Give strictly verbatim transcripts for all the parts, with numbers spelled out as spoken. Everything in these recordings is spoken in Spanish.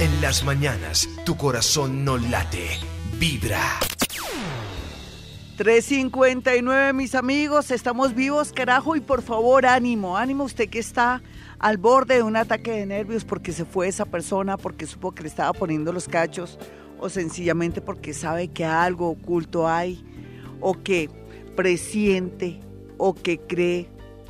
En las mañanas, tu corazón no late, vibra. tres cincuenta y nueve, mis amigos, estamos vivos, carajo, y por favor, ánimo, ánimo usted que está al borde de un ataque de nervios porque se fue esa persona, porque supo que le estaba poniendo los cachos, o sencillamente porque sabe que algo oculto hay, o que presiente, o que cree,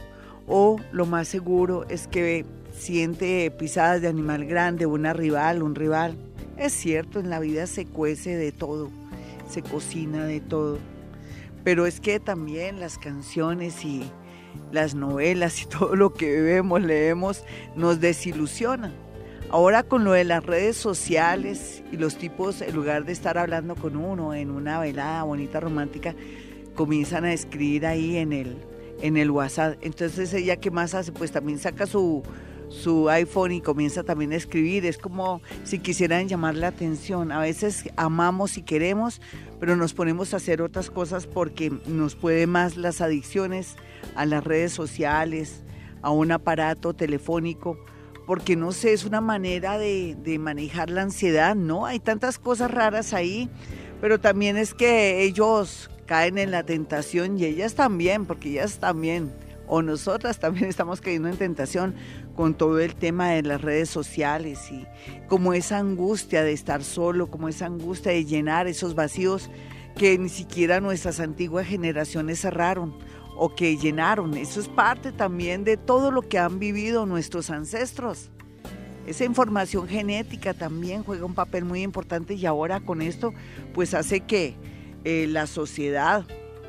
o lo más seguro es que siente pisadas de animal grande, una rival, un rival. Es cierto, en la vida se cuece de todo, se cocina de todo, pero es que también las canciones y las novelas y todo lo que vemos, leemos, nos desilusionan. Ahora con lo de las redes sociales y los tipos, en lugar de estar hablando con uno en una velada bonita romántica, comienzan a escribir ahí en el, en el WhatsApp. Entonces ella, ¿qué más hace? Pues también saca su, su iPhone y comienza también a escribir. Es como si quisieran llamar la atención. A veces amamos y queremos, pero nos ponemos a hacer otras cosas porque nos puede más las adicciones a las redes sociales, a un aparato telefónico, porque no sé, es una manera de, de manejar la ansiedad, ¿no? Hay tantas cosas raras ahí, pero también es que ellos caen en la tentación y ellas también, porque ellas también, o nosotras también estamos cayendo en tentación con todo el tema de las redes sociales y como esa angustia de estar solo, como esa angustia de llenar esos vacíos que ni siquiera nuestras antiguas generaciones cerraron o que llenaron. Eso es parte también de todo lo que han vivido nuestros ancestros. Esa información genética también juega un papel muy importante y ahora con esto pues hace que eh, la sociedad,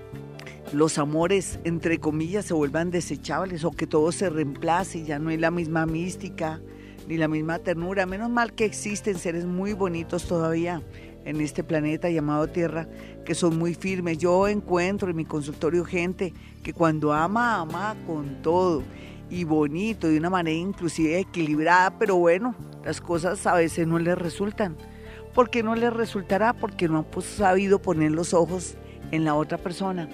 los amores entre comillas se vuelvan desechables o que todo se reemplace, ya no hay la misma mística ni la misma ternura. Menos mal que existen seres muy bonitos todavía en este planeta llamado Tierra, que son muy firmes. Yo encuentro en mi consultorio gente que cuando ama, ama con todo y bonito, de una manera inclusive equilibrada, pero bueno, las cosas a veces no les resultan. ¿Por qué no les resultará? Porque no han pues, sabido poner los ojos en la otra persona.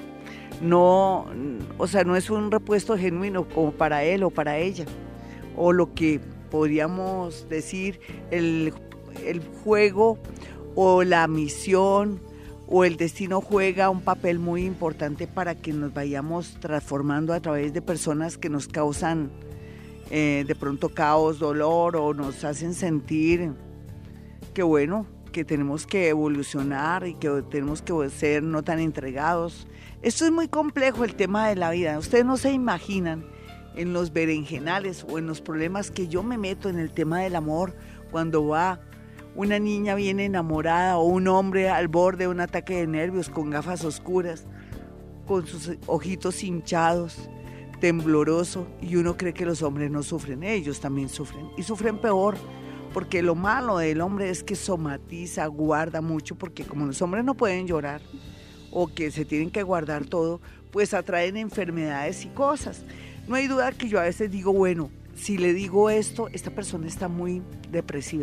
No, o sea, no es un repuesto genuino como para él o para ella, o lo que podríamos decir el, el juego o la misión o el destino juega un papel muy importante para que nos vayamos transformando a través de personas que nos causan eh, de pronto caos, dolor o nos hacen sentir que bueno, que tenemos que evolucionar y que tenemos que ser no tan entregados. Esto es muy complejo el tema de la vida. Ustedes no se imaginan en los berenjenales o en los problemas que yo me meto en el tema del amor cuando va una niña bien enamorada o un hombre al borde de un ataque de nervios con gafas oscuras, con sus ojitos hinchados, tembloroso, y uno cree que los hombres no sufren. Ellos también sufren y sufren peor, porque lo malo del hombre es que somatiza, guarda mucho, porque como los hombres no pueden llorar o que se tienen que guardar todo, pues atraen enfermedades y cosas. No hay duda que yo a veces digo, bueno, si le digo esto, esta persona está muy depresiva.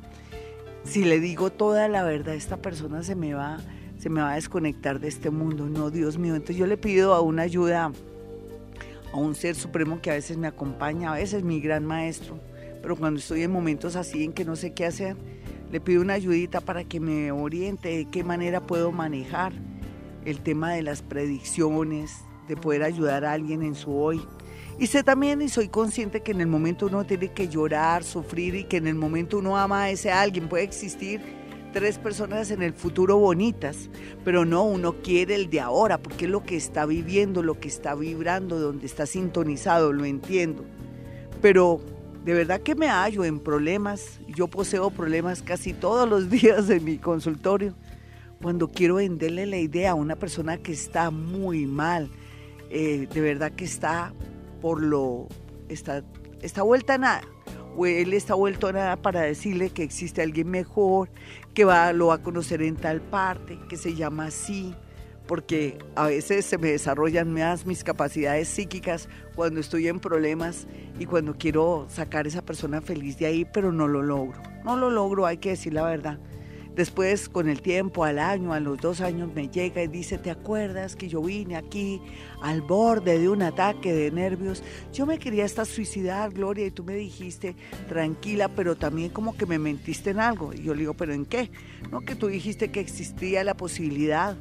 Si le digo toda la verdad, esta persona se me va, se me va a desconectar de este mundo. No, Dios mío. Entonces yo le pido a una ayuda, a un ser supremo que a veces me acompaña, a veces mi gran maestro, pero cuando estoy en momentos así en que no sé qué hacer, le pido una ayudita para que me oriente de qué manera puedo manejar el tema de las predicciones, de poder ayudar a alguien en su hoy. Y sé también y soy consciente que en el momento uno tiene que llorar, sufrir y que en el momento uno ama a ese alguien. Puede existir tres personas en el futuro bonitas, pero no, uno quiere el de ahora porque es lo que está viviendo, lo que está vibrando, donde está sintonizado, lo entiendo. Pero de verdad que me hallo en problemas, yo poseo problemas casi todos los días en mi consultorio, cuando quiero venderle la idea a una persona que está muy mal, eh, de verdad que está por lo, está, está vuelta a nada, o él está vuelto a nada para decirle que existe alguien mejor, que va, lo va a conocer en tal parte, que se llama así, porque a veces se me desarrollan más mis capacidades psíquicas cuando estoy en problemas y cuando quiero sacar a esa persona feliz de ahí, pero no lo logro, no lo logro, hay que decir la verdad. Después, con el tiempo, al año, a los dos años, me llega y dice, ¿te acuerdas que yo vine aquí al borde de un ataque de nervios? Yo me quería hasta suicidar, Gloria, y tú me dijiste, tranquila, pero también como que me mentiste en algo. Y yo le digo, ¿pero en qué? No, que tú dijiste que existía la posibilidad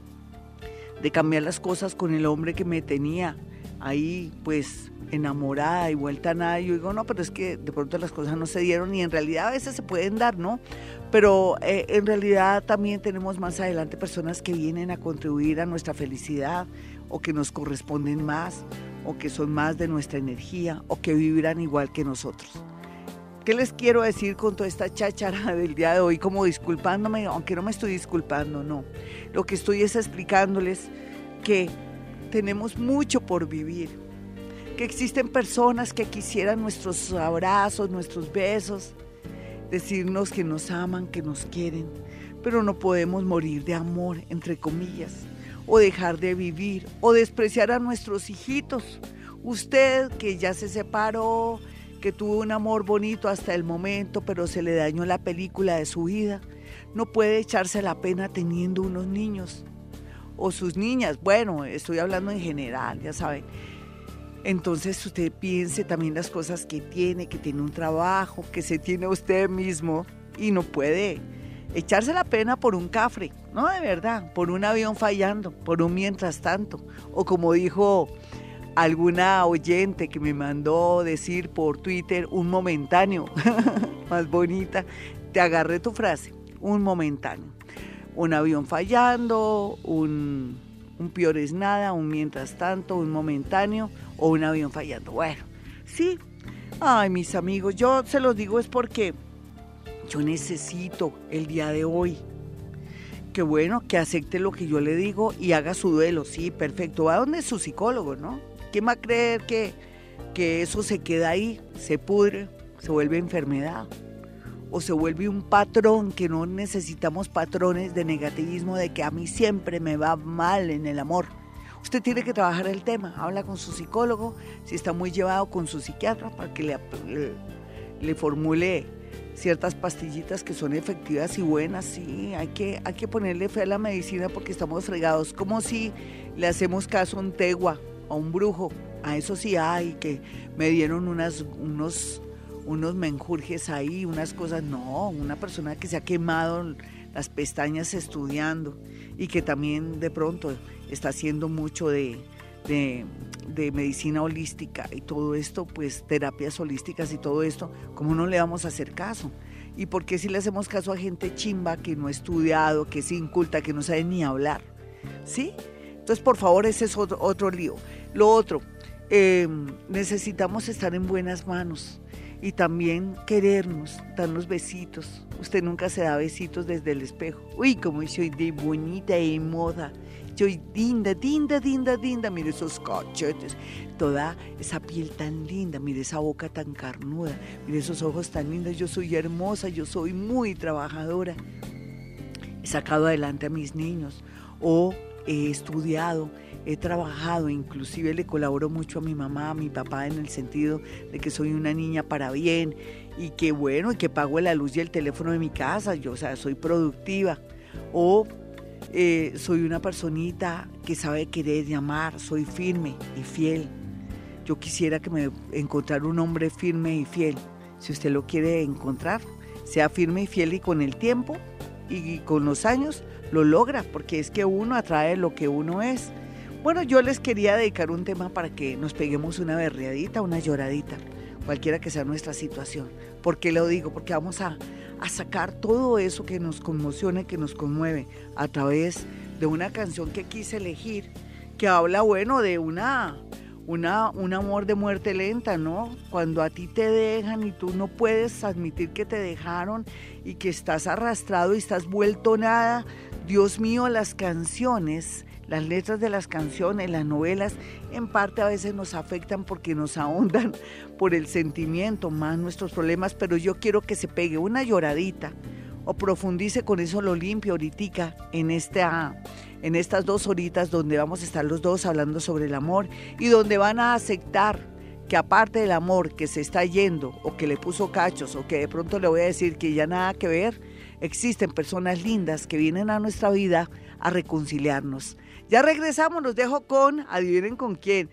de cambiar las cosas con el hombre que me tenía ahí, pues, enamorada y vuelta a nada. Y yo digo, no, pero es que de pronto las cosas no se dieron y en realidad a veces se pueden dar, ¿no? Pero eh, en realidad también tenemos más adelante personas que vienen a contribuir a nuestra felicidad o que nos corresponden más o que son más de nuestra energía o que vivirán igual que nosotros. ¿Qué les quiero decir con toda esta cháchara del día de hoy? Como disculpándome, aunque no me estoy disculpando, no. Lo que estoy es explicándoles que tenemos mucho por vivir, que existen personas que quisieran nuestros abrazos, nuestros besos, decirnos que nos aman, que nos quieren, pero no podemos morir de amor, entre comillas, o dejar de vivir, o despreciar a nuestros hijitos. Usted que ya se separó, que tuvo un amor bonito hasta el momento, pero se le dañó la película de su vida, no puede echarse la pena teniendo unos niños, o sus niñas, bueno, estoy hablando en general, ya saben. Entonces usted piense también las cosas que tiene, que tiene un trabajo, que se tiene usted mismo y no puede echarse la pena por un cafre, no, de verdad, por un avión fallando, por un mientras tanto, o como dijo alguna oyente que me mandó decir por Twitter, un momentáneo, más bonita, te agarré tu frase, un momentáneo, un avión fallando, un, un peor es nada, un mientras tanto, un momentáneo, o un avión fallando. Bueno, sí, ay, mis amigos, yo se los digo es porque yo necesito el día de hoy que bueno, que acepte lo que yo le digo y haga su duelo, sí, perfecto, va donde su psicólogo, ¿no? ¿Quién va a creer que, que eso se queda ahí, se pudre, se vuelve enfermedad? O se vuelve un patrón, que no necesitamos patrones de negativismo, de que a mí siempre me va mal en el amor. Usted tiene que trabajar el tema, habla con su psicólogo, si está muy llevado con su psiquiatra, para que le, le, le formule ciertas pastillitas que son efectivas y buenas. Sí, hay que, hay que ponerle fe a la medicina porque estamos fregados, como si le hacemos caso a un tegua, a un brujo, a eso sí hay, que me dieron unas, unos, unos menjurjes ahí, unas cosas. No, una persona que se ha quemado las pestañas estudiando y que también de pronto está haciendo mucho de, de, de medicina holística y todo esto, pues terapias holísticas y todo esto, ¿cómo no le vamos a hacer caso? ¿Y por qué si le hacemos caso a gente chimba que no ha estudiado, que es inculta, que no sabe ni hablar? ¿Sí? Entonces, por favor, ese es otro, otro lío. Lo otro, eh, necesitamos estar en buenas manos y también querernos, darnos besitos. Usted nunca se da besitos desde el espejo. Uy, como soy de bonita y moda. Soy linda, linda, linda, linda. Mire esos cachetes, toda esa piel tan linda. Mire esa boca tan carnuda. Mire esos ojos tan lindos. Yo soy hermosa, yo soy muy trabajadora. He sacado adelante a mis niños. O he estudiado, he trabajado, inclusive le colaboro mucho a mi mamá, a mi papá, en el sentido de que soy una niña para bien y que bueno, y que pago la luz y el teléfono de mi casa. Yo, o sea, soy productiva. O eh, soy una personita que sabe querer y amar, soy firme y fiel. Yo quisiera que me encontrara un hombre firme y fiel. Si usted lo quiere encontrar, sea firme y fiel, y con el tiempo y con los años lo logra, porque es que uno atrae lo que uno es. Bueno, yo les quería dedicar un tema para que nos peguemos una berreadita, una lloradita, cualquiera que sea nuestra situación. ¿Por qué lo digo? Porque vamos a, a sacar todo eso que nos conmociona y que nos conmueve a través de una canción que quise elegir, que habla, bueno, de una, una, un amor de muerte lenta, ¿no? Cuando a ti te dejan y tú no puedes admitir que te dejaron y que estás arrastrado y estás vuelto nada. Dios mío, las canciones, las letras de las canciones, las novelas, en parte a veces nos afectan porque nos ahondan por el sentimiento, más nuestros problemas, pero yo quiero que se pegue una lloradita o profundice con eso lo limpio ahorita en, esta, en estas dos horitas donde vamos a estar los dos hablando sobre el amor y donde van a aceptar que aparte del amor que se está yendo o que le puso cachos o que de pronto le voy a decir que ya nada que ver, existen personas lindas que vienen a nuestra vida a reconciliarnos. Ya regresamos, los dejo con, adivinen con quién.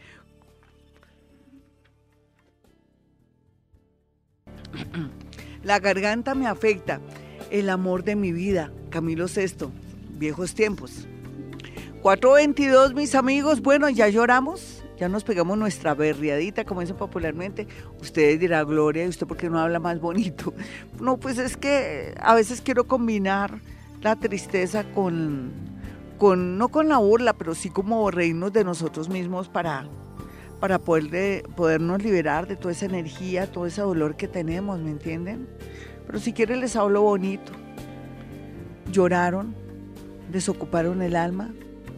La garganta me afecta, el amor de mi vida, Camilo Sesto, viejos tiempos. cuatro veintidós, mis amigos, bueno, ya lloramos, ya nos pegamos nuestra berriadita, como dicen popularmente. Ustedes dirán, Gloria, ¿y usted por qué no habla más bonito? No, pues es que a veces quiero combinar la tristeza con, con no con la burla, pero sí como reírnos de nosotros mismos para, para poder de, podernos liberar de toda esa energía, todo ese dolor que tenemos, ¿me entienden? Pero si quieren les hablo bonito. Lloraron, desocuparon el alma,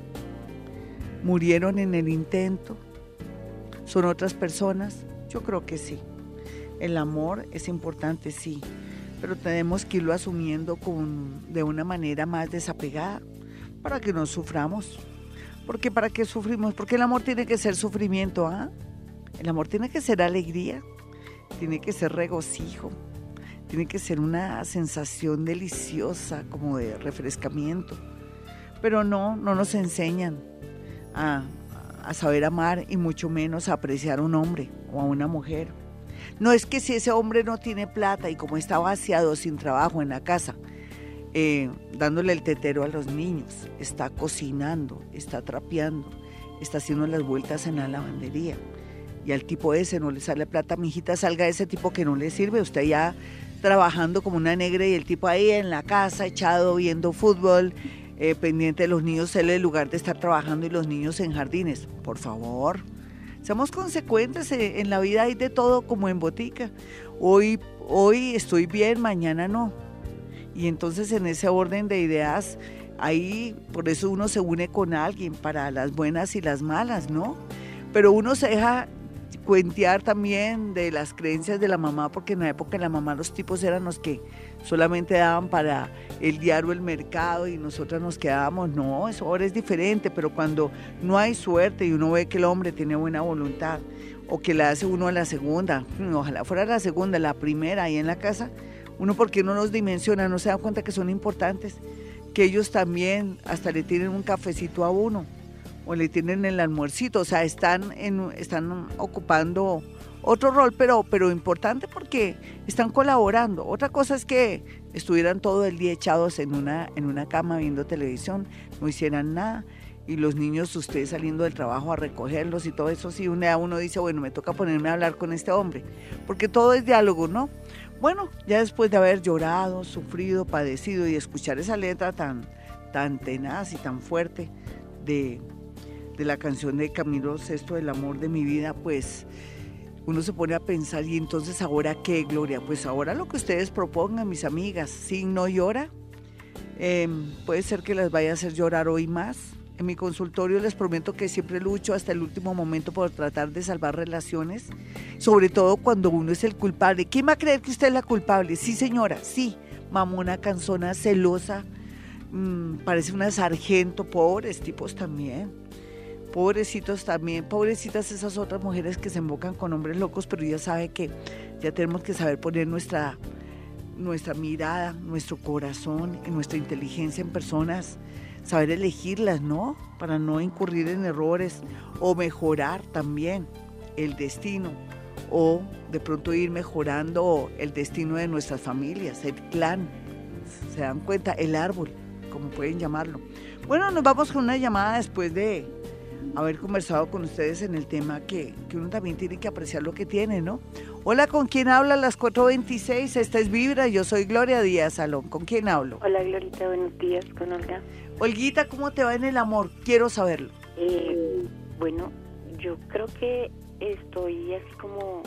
murieron en el intento, son otras personas. Yo creo que sí, el amor es importante, sí, pero tenemos que irlo asumiendo con, de una manera más desapegada para que no suframos. Porque ¿para qué sufrimos? Porque el amor tiene que ser sufrimiento, ¿ah? El amor tiene que ser alegría, tiene que ser regocijo, tiene que ser una sensación deliciosa, como de refrescamiento. Pero no, no nos enseñan a, a saber amar y mucho menos a apreciar a un hombre o a una mujer. No es que si ese hombre no tiene plata y como está vaciado sin trabajo en la casa, eh, dándole el tetero a los niños, está cocinando, está trapeando, está haciendo las vueltas en la lavandería y al tipo ese no le sale plata, mijita, salga ese tipo que no le sirve, usted ya trabajando como una negra y el tipo ahí en la casa echado viendo fútbol, eh, pendiente de los niños, él en lugar de estar trabajando y los niños en jardines. Por favor, seamos consecuentes, eh, en la vida hay de todo como en botica. Hoy, hoy estoy bien, mañana no. Y entonces en ese orden de ideas, ahí por eso uno se une con alguien para las buenas y las malas, ¿no? Pero uno se deja cuentear también de las creencias de la mamá, porque en la época de la mamá los tipos eran los que solamente daban para el diario, el mercado, y nosotras nos quedábamos. No, eso ahora es diferente, pero cuando no hay suerte y uno ve que el hombre tiene buena voluntad, o que la hace uno a la segunda, ojalá fuera la segunda, la primera ahí en la casa, uno porque no nos dimensiona, no se da cuenta que son importantes, que ellos también hasta le tienen un cafecito a uno, o le tienen el almuercito, o sea, están, en, están ocupando otro rol, pero, pero importante porque están colaborando. Otra cosa es que estuvieran todo el día echados en una, en una cama viendo televisión, no hicieran nada, y los niños, ustedes saliendo del trabajo a recogerlos y todo eso, sí, uno, uno dice, bueno, me toca ponerme a hablar con este hombre, porque todo es diálogo, ¿no? Bueno, ya después de haber llorado, sufrido, padecido y escuchar esa letra tan, tan tenaz y tan fuerte de, de la canción de Camilo Sesto, El amor de mi vida, pues uno se pone a pensar, ¿y entonces ahora qué, Gloria? Pues ahora lo que ustedes propongan, mis amigas. Si no llora, eh, puede ser que las vaya a hacer llorar hoy más. En mi consultorio les prometo que siempre lucho hasta el último momento por tratar de salvar relaciones, sobre todo cuando uno es el culpable. ¿Quién va a creer que usted es la culpable? Sí, señora, sí, mamona, cansona, celosa, mmm, parece una sargento, pobres tipos también, pobrecitos también, pobrecitas esas otras mujeres que se embocan con hombres locos, pero ya sabe que ya tenemos que saber poner nuestra, nuestra mirada, nuestro corazón y nuestra inteligencia en personas, saber elegirlas, ¿no? Para no incurrir en errores o mejorar también el destino o de pronto ir mejorando el destino de nuestras familias, el clan, ¿se dan cuenta? El árbol, como pueden llamarlo. Bueno, nos vamos con una llamada después de haber conversado con ustedes en el tema que, que uno también tiene que apreciar lo que tiene, ¿no? Hola, ¿con quién habla a las cuatro veintiséis? Esta es Vibra, yo soy Gloria Díaz Salón. ¿Con quién hablo? Hola, Glorita, buenos días, con Olga. Olguita, ¿cómo te va en el amor? Quiero saberlo. Eh, bueno, yo creo que estoy así como,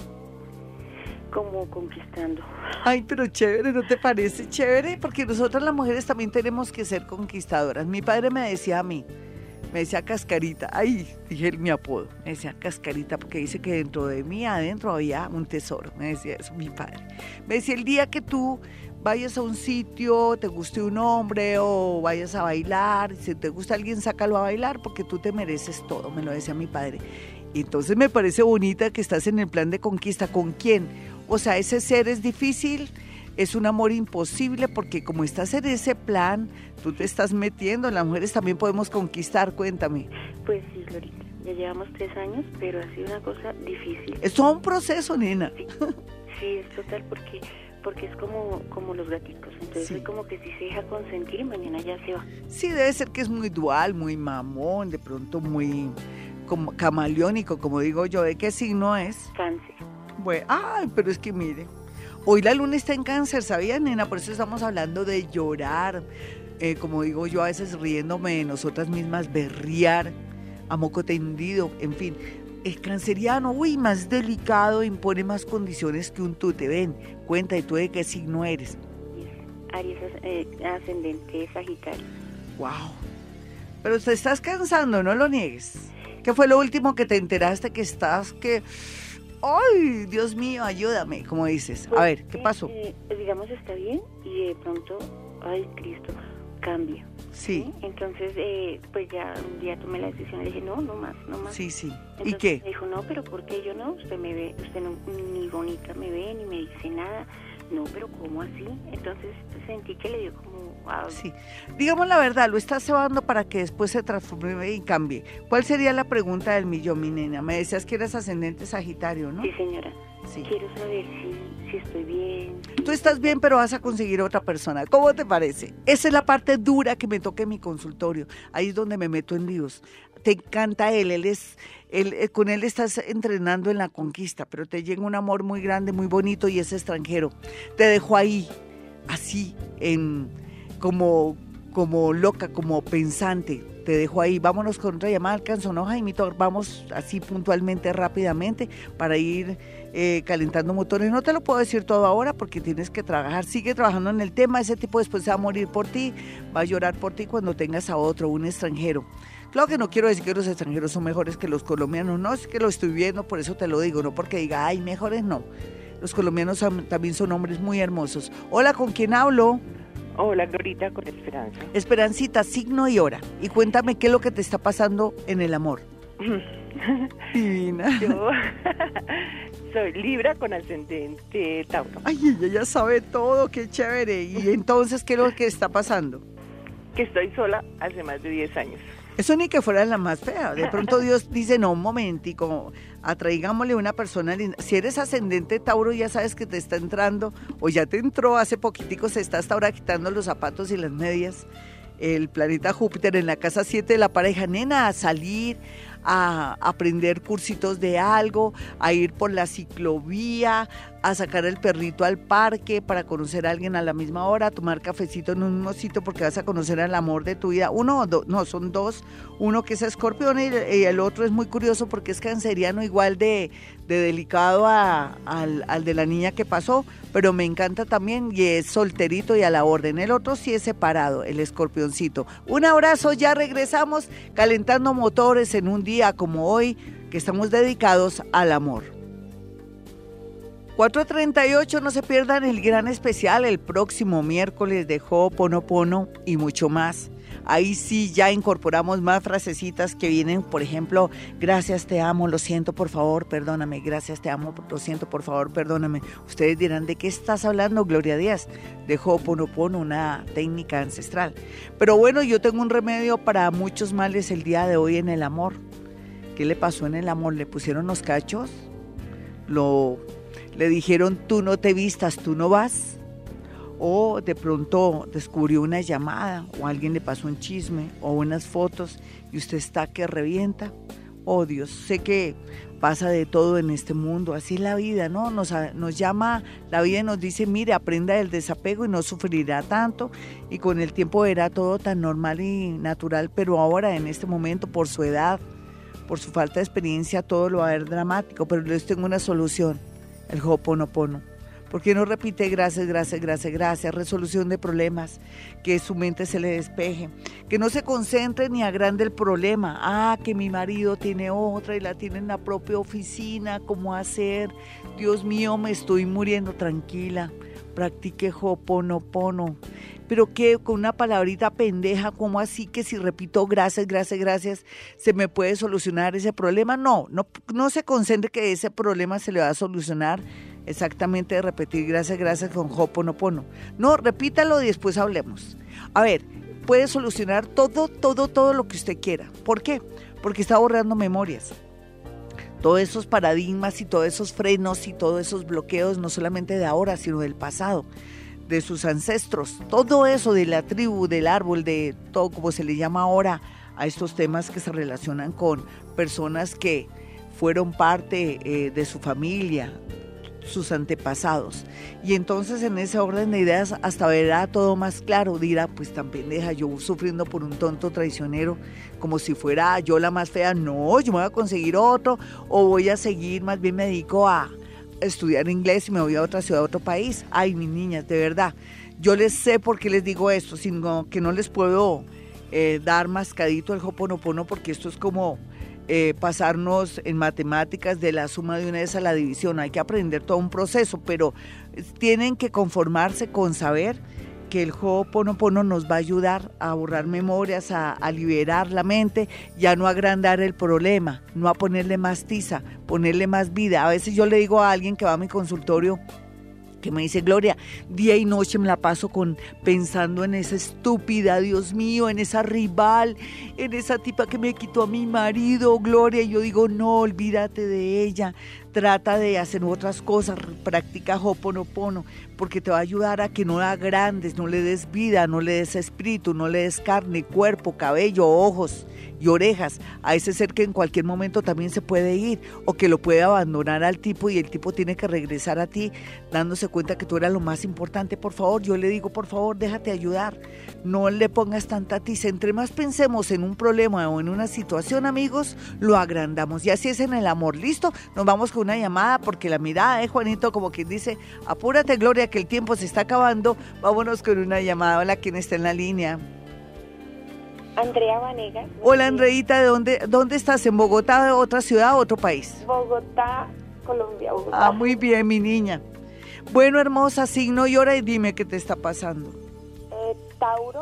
como conquistando. Ay, pero chévere, ¿no te parece chévere? Porque nosotras las mujeres también tenemos que ser conquistadoras. Mi padre me decía a mí, me decía Cascarita, ay, dije mi apodo, me decía Cascarita porque dice que dentro de mí, adentro había un tesoro, me decía eso mi padre. Me decía, el día que tú vayas a un sitio, te guste un hombre o vayas a bailar, si te gusta alguien, sácalo a bailar porque tú te mereces todo, me lo decía mi padre. Y entonces me parece bonita que estás en el plan de conquista. ¿Con quién? O sea, ese ser es difícil, es un amor imposible porque como estás en ese plan, tú te estás metiendo, las mujeres también podemos conquistar, cuéntame. Pues sí, Glorita, ya llevamos tres años, pero ha sido una cosa difícil. Es todo un proceso, nena. Sí, sí, es total, porque porque es como como los gaticos, entonces Sí. es como que si se deja consentir, mañana ya se va. Sí, debe ser que es muy dual, muy mamón, de pronto muy como camaleónico, como digo yo. ¿De qué signo es? Cáncer. Bueno, ay, pero es que mire, hoy la luna está en Cáncer, ¿sabía, nena? Por eso estamos hablando de llorar, eh, como digo yo, a veces riéndome de nosotras mismas, berrear, a moco tendido, en fin. El canceriano, uy, más delicado, impone más condiciones que un tute. Ven, cuenta, ¿y tú de qué signo eres? Aries, eh, ascendente Sagitario. Wow. Pero te estás cansando, no lo niegues. ¿Qué fue lo último que te enteraste que estás, que... ¡Ay, Dios mío, ayúdame! Como dices. A ver, ¿qué pasó? Eh, eh, digamos, está bien y de pronto, ay, Cristo, cambia. Sí. Entonces, eh, pues ya un día tomé la decisión, le dije, no, no más, no más. Sí, sí. ¿Y Entonces, qué? me dijo, no, pero ¿por qué yo no? Usted me ve, usted no, ni bonita me ve, ni me dice nada. No, pero ¿cómo así? Entonces sentí que le dio como... Wow. Sí. Digamos la verdad, lo estás cebando para que después se transforme y cambie. ¿Cuál sería la pregunta del millón, mi nena? Me decías que eras ascendente Sagitario, ¿no? Sí, señora. Sí. Quiero saber si, si estoy bien. Tú estás bien, pero vas a conseguir otra persona. ¿Cómo te parece? Esa es la parte dura que me toca en mi consultorio. Ahí es donde me meto en líos. Te encanta él, él es, él, eh, con él estás entrenando en la conquista, pero te llega un amor muy grande, muy bonito y es extranjero. Te dejó ahí, así, en, como, como loca, como pensante. Te dejo ahí. Vámonos con otra llamada. Alcanzó, ¿no, Jaimito? Vamos así puntualmente, rápidamente, para ir eh, calentando motores. No te lo puedo decir todo ahora porque tienes que trabajar. Sigue trabajando en el tema. Ese tipo después se va a morir por ti, va a llorar por ti cuando tengas a otro, un extranjero. Claro que no quiero decir que los extranjeros son mejores que los colombianos. No, es que lo estoy viendo, por eso te lo digo. No porque diga, ay, mejores no. Los colombianos son, también son hombres muy hermosos. Hola, ¿con quién hablo? Hola, Glorita, con Esperanza. Esperancita, signo y hora. Y cuéntame qué es lo que te está pasando en el amor. Divina. Yo soy Libra con ascendente Tauro. Ay, ella ya sabe todo, qué chévere. Y entonces, ¿qué es lo que está pasando? Que estoy sola hace más de diez años. Eso ni que fuera la más fea. De pronto Dios dice, no, un momentico, atraigámosle una persona linda. Si eres ascendente Tauro, ya sabes que te está entrando, o ya te entró hace poquitico, se está hasta ahora quitando los zapatos y las medias. El planeta Júpiter en la casa siete de la pareja, nena, a salir, a aprender cursitos de algo, a ir por la ciclovía, a sacar el perrito al parque para conocer a alguien a la misma hora, a tomar cafecito en un mismo sitio porque vas a conocer al amor de tu vida. Uno o dos, no, son dos, uno que es escorpión y, y el otro es muy curioso porque es canceriano, igual de, de delicado a, al, al de la niña que pasó, pero me encanta también y es solterito y a la orden. El otro sí es separado, el escorpioncito. Un abrazo, ya regresamos calentando motores en un día como hoy que estamos dedicados al amor. cuatro treinta y ocho, no se pierdan el gran especial el próximo miércoles de Ho'oponopono y mucho más. Ahí sí ya incorporamos más frasecitas que vienen, por ejemplo, gracias, te amo, lo siento, por favor, perdóname, gracias, te amo, lo siento, por favor, perdóname. Ustedes dirán, ¿de qué estás hablando, Gloria Díaz? De Ho'oponopono, una técnica ancestral. Pero bueno, yo tengo un remedio para muchos males el día de hoy en el amor. ¿Qué le pasó en el amor? ¿Le pusieron los cachos? ¿Lo, le dijeron, tú no te vistas, tú no vas? O de pronto descubrió una llamada o alguien le pasó un chisme o unas fotos y usted está que revienta. Oh Dios, sé que pasa de todo en este mundo, así es la vida, ¿no? Nos, nos llama la vida y nos dice, mire, aprenda del desapego y no sufrirá tanto y con el tiempo verá todo tan normal y natural, pero ahora en este momento por su edad, por su falta de experiencia, todo lo va a ver dramático, pero les tengo una solución, el Ho'oponopono. ¿Por qué no repite gracias, gracias, gracias, gracias? Resolución de problemas, que su mente se le despeje, que no se concentre ni agrande el problema. Ah, que mi marido tiene otra y la tiene en la propia oficina, ¿cómo hacer? Dios mío, me estoy muriendo, tranquila. Practique Ho'oponopono. Pero que con una palabrita pendeja, ¿cómo así que si repito gracias, gracias, gracias, se me puede solucionar ese problema? No, no, no se concentre que ese problema se le va a solucionar exactamente de repetir gracias, gracias con Ho'oponopono. No, repítalo y después hablemos. A ver, puede solucionar todo, todo, todo lo que usted quiera. ¿Por qué? Porque está borrando memorias. Todos esos paradigmas y todos esos frenos y todos esos bloqueos, no solamente de ahora, sino del pasado, de sus ancestros, todo eso de la tribu, del árbol, de todo como se le llama ahora a estos temas que se relacionan con personas que fueron parte eh, de su familia, sus antepasados. Y entonces en ese orden de ideas hasta verá todo más claro, dirá, pues tan pendeja, yo sufriendo por un tonto traicionero, como si fuera yo la más fea. No, yo me voy a conseguir otro, o voy a seguir, más bien me dedico a estudiar inglés y me voy a otra ciudad, a otro país. Ay, mis niñas, de verdad, yo les sé por qué les digo esto, sino que no les puedo eh, dar mascadito el Ho'oponopono, porque esto es como Eh, pasarnos en matemáticas de la suma de una vez a la división. Hay que aprender todo un proceso, pero tienen que conformarse con saber que el Ho'oponopono nos va a ayudar a borrar memorias, a, a liberar la mente y a no agrandar el problema, no a ponerle más tiza, ponerle más vida. A veces yo le digo a alguien que va a mi consultorio, que me dice, Gloria, día y noche me la paso con pensando en esa estúpida, Dios mío, en esa rival, en esa tipa que me quitó a mi marido, Gloria. Y yo digo, no, olvídate de ella, trata de hacer otras cosas, practica Ho'oponopono, porque te va a ayudar a que no la agrandes, no le des vida, no le des espíritu, no le des carne, cuerpo, cabello, ojos y orejas a ese ser que en cualquier momento también se puede ir, o que lo puede abandonar al tipo y el tipo tiene que regresar a ti dándose cuenta que tú eras lo más importante. Por favor, yo le digo, por favor, déjate ayudar, no le pongas tanta tiza. Entre más pensemos en un problema o en una situación, amigos, lo agrandamos, y así es en el amor. ¿Listo? Nos vamos con una llamada, porque la mirada de Juanito como quien dice, apúrate, Gloria, que el tiempo se está acabando. Vámonos con una llamada. Hola, ¿quién está en la línea? Andrea Vanegas. Hola, Andreita, ¿de dónde, dónde estás? ¿En Bogotá, de otra ciudad, otro país? Bogotá, Colombia, Bogotá. Ah, muy bien, mi niña. Bueno, hermosa, signo y hora, y dime qué te está pasando. Eh, Tauro,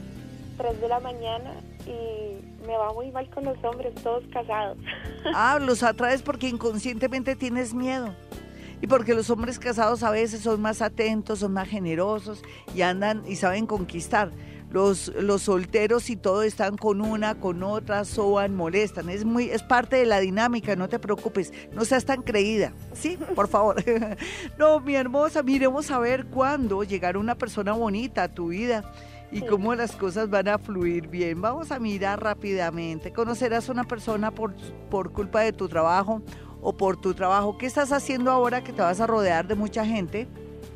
tres de la mañana, y me va muy mal con los hombres, todos casados. Ah, los atraes porque inconscientemente tienes miedo. Y porque los hombres casados a veces son más atentos, son más generosos y andan y saben conquistar. Los, los solteros y todo están con una, con otra, soban, molestan. Es muy, es parte de la dinámica, no te preocupes, no seas tan creída, ¿sí? Por favor. No, mi hermosa, miremos a ver cuándo llegará una persona bonita a tu vida y sí, cómo las cosas van a fluir bien. Vamos a mirar rápidamente. ¿Conocerás a una persona por, por culpa de tu trabajo o por tu trabajo? ¿Qué estás haciendo ahora que te vas a rodear de mucha gente?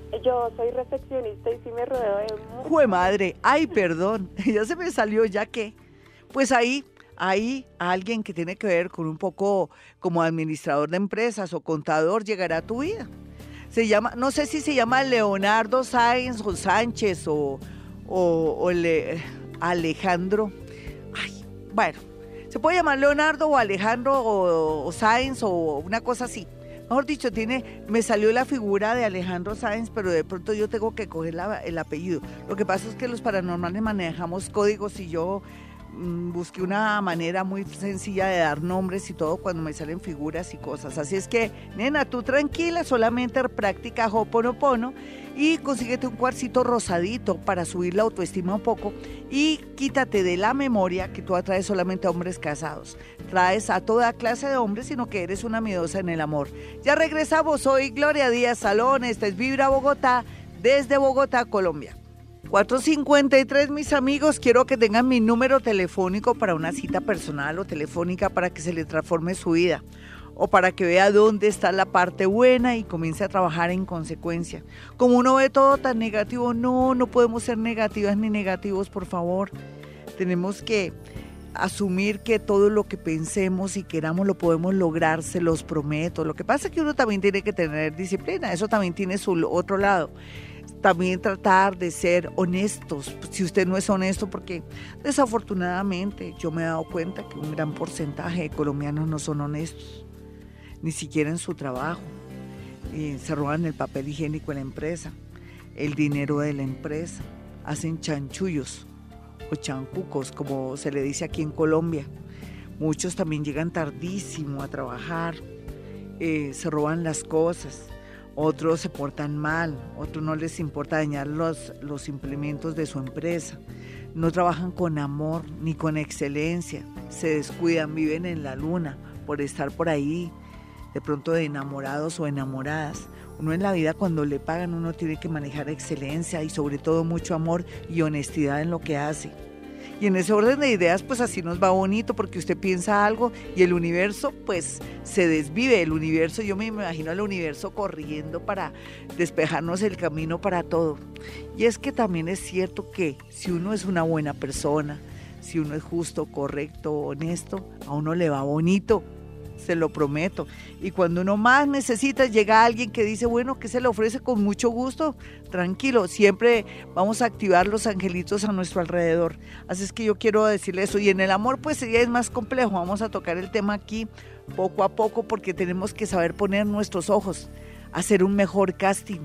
Yo soy recepcionista y sí me rodeo de... ¡Jue madre! ¡Ay, perdón! Ya se me salió, ¿ya qué? Pues ahí, ahí alguien que tiene que ver con un poco como administrador de empresas o contador llegará a tu vida. Se llama, no sé si se llama Leonardo Sáenz o Sánchez o, o, o Le, Alejandro. Ay, bueno, se puede llamar Leonardo o Alejandro o, o Sáenz o una cosa así. Mejor dicho, tiene, me salió la figura de Alejandro Sáenz, pero de pronto yo tengo que coger la, el apellido. Lo que pasa es que los paranormales manejamos códigos y yo mmm, busqué una manera muy sencilla de dar nombres y todo cuando me salen figuras y cosas. Así es que, nena, tú tranquila, solamente practica Ho'oponopono y consíguete un cuarcito rosadito para subir la autoestima un poco y quítate de la memoria que tú atraes solamente a hombres casados. Traes a toda clase de hombres, sino que eres una miedosa en el amor. Ya regresamos, soy Gloria Díaz Salón, esta es Vibra Bogotá, desde Bogotá, Colombia. cuatro cincuenta y tres, mis amigos, quiero que tengan mi número telefónico para una cita personal o telefónica para que se le transforme su vida, o para que vea dónde está la parte buena y comience a trabajar en consecuencia. Como uno ve todo tan negativo, no, no podemos ser negativas ni negativos, por favor. Tenemos que asumir que todo lo que pensemos y queramos lo podemos lograr, se los prometo. Lo que pasa es que uno también tiene que tener disciplina, eso también tiene su otro lado. También tratar de ser honestos, si usted no es honesto, porque desafortunadamente yo me he dado cuenta que un gran porcentaje de colombianos no son honestos, ni siquiera en su trabajo. Eh, se roban el papel higiénico de la empresa, el dinero de la empresa, hacen chanchullos o chancucos, como se le dice aquí en Colombia. Muchos también llegan tardísimo a trabajar, eh, se roban las cosas, otros se portan mal, otros no les importa dañar los, los implementos de su empresa, no trabajan con amor ni con excelencia, se descuidan, viven en la luna por estar por ahí, de pronto de enamorados o enamoradas. Uno en la vida cuando le pagan uno tiene que manejar excelencia y sobre todo mucho amor y honestidad en lo que hace. Y en ese orden de ideas, pues así nos va bonito, porque usted piensa algo y el universo, pues, se desvive. El universo, yo me imagino al universo corriendo para despejarnos el camino para todo. Y es que también es cierto que si uno es una buena persona, si uno es justo, correcto, honesto, a uno le va bonito. Se lo prometo. Y cuando uno más necesita, llega alguien que dice, bueno, que se le ofrece con mucho gusto, tranquilo, siempre vamos a activar los angelitos a nuestro alrededor. Así es que yo quiero decirle eso. Y en el amor, pues ya es más complejo. Vamos a tocar el tema aquí poco a poco, porque tenemos que saber poner nuestros ojos, hacer un mejor casting,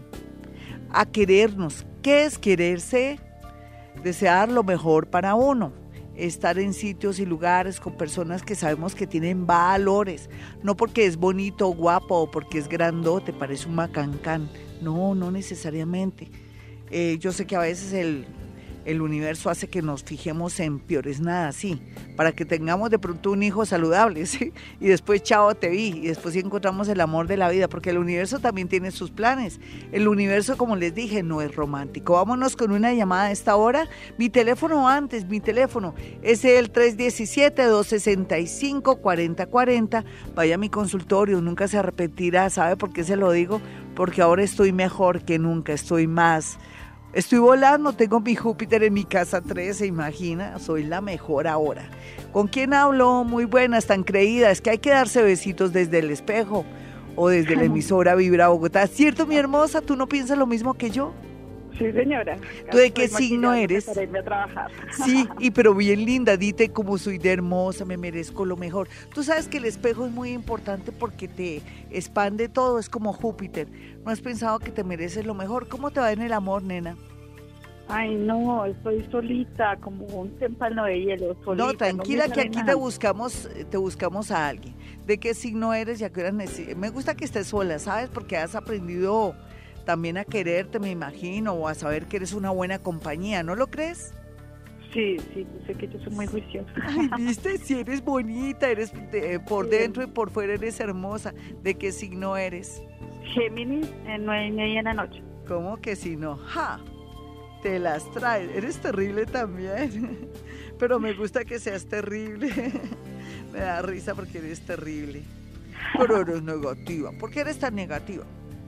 a querernos. ¿Qué es quererse? Desear lo mejor para uno. Estar en sitios y lugares con personas que sabemos que tienen valores, no porque es bonito o guapo o porque es grandote, parece un macancán, no, no necesariamente. Eh, yo sé que a veces el, el universo hace que nos fijemos en peores nada, sí, para que tengamos de pronto un hijo saludable, ¿sí? Y después chao te vi, y después sí encontramos el amor de la vida, porque el universo también tiene sus planes. El universo, como les dije, no es romántico. Vámonos con una llamada a esta hora. Mi teléfono antes, mi teléfono es el tres uno siete, dos seis cinco, cuatro cero cuatro cero. Vaya a mi consultorio, nunca se arrepentirá. ¿Sabe por qué se lo digo? Porque ahora estoy mejor que nunca, estoy más... Estoy volando, tengo mi Júpiter en mi casa tres, ¿se imagina? Soy la mejor ahora. ¿Con quién hablo? Muy buenas, tan creída. Es que hay que darse besitos desde el espejo o desde la emisora Vibra Bogotá. ¿Cierto, mi hermosa? ¿Tú no piensas lo mismo que yo? Sí, señora. ¿Tú de qué signo eres? Para irme a trabajar. Sí, y pero bien linda, dite como soy de hermosa, me merezco lo mejor. Tú sabes que el espejo es muy importante porque te expande todo, es como Júpiter. ¿No has pensado que te mereces lo mejor? ¿Cómo te va en el amor, nena? Ay, no, estoy solita, como un témpano de hielo, solita. No, tranquila, no que aquí nada. te buscamos, te buscamos a alguien. ¿De qué signo eres y a qué hora neces- Me gusta que estés sola, ¿sabes? Porque has aprendido también a quererte, me imagino, o a saber que eres una buena compañía, ¿no lo crees? Sí, sí, sé que yo soy muy juiciosa. Ay, viste, si eres bonita, eres de- por Sí. dentro y por fuera eres hermosa. ¿De qué signo eres? Géminis, en nueve y media de la noche. ¿Cómo que si no? ¡Ja! Te las traes. Eres terrible también. Pero me gusta que seas terrible. Me da risa porque eres terrible. Pero eres negativa. ¿Por qué eres tan negativa?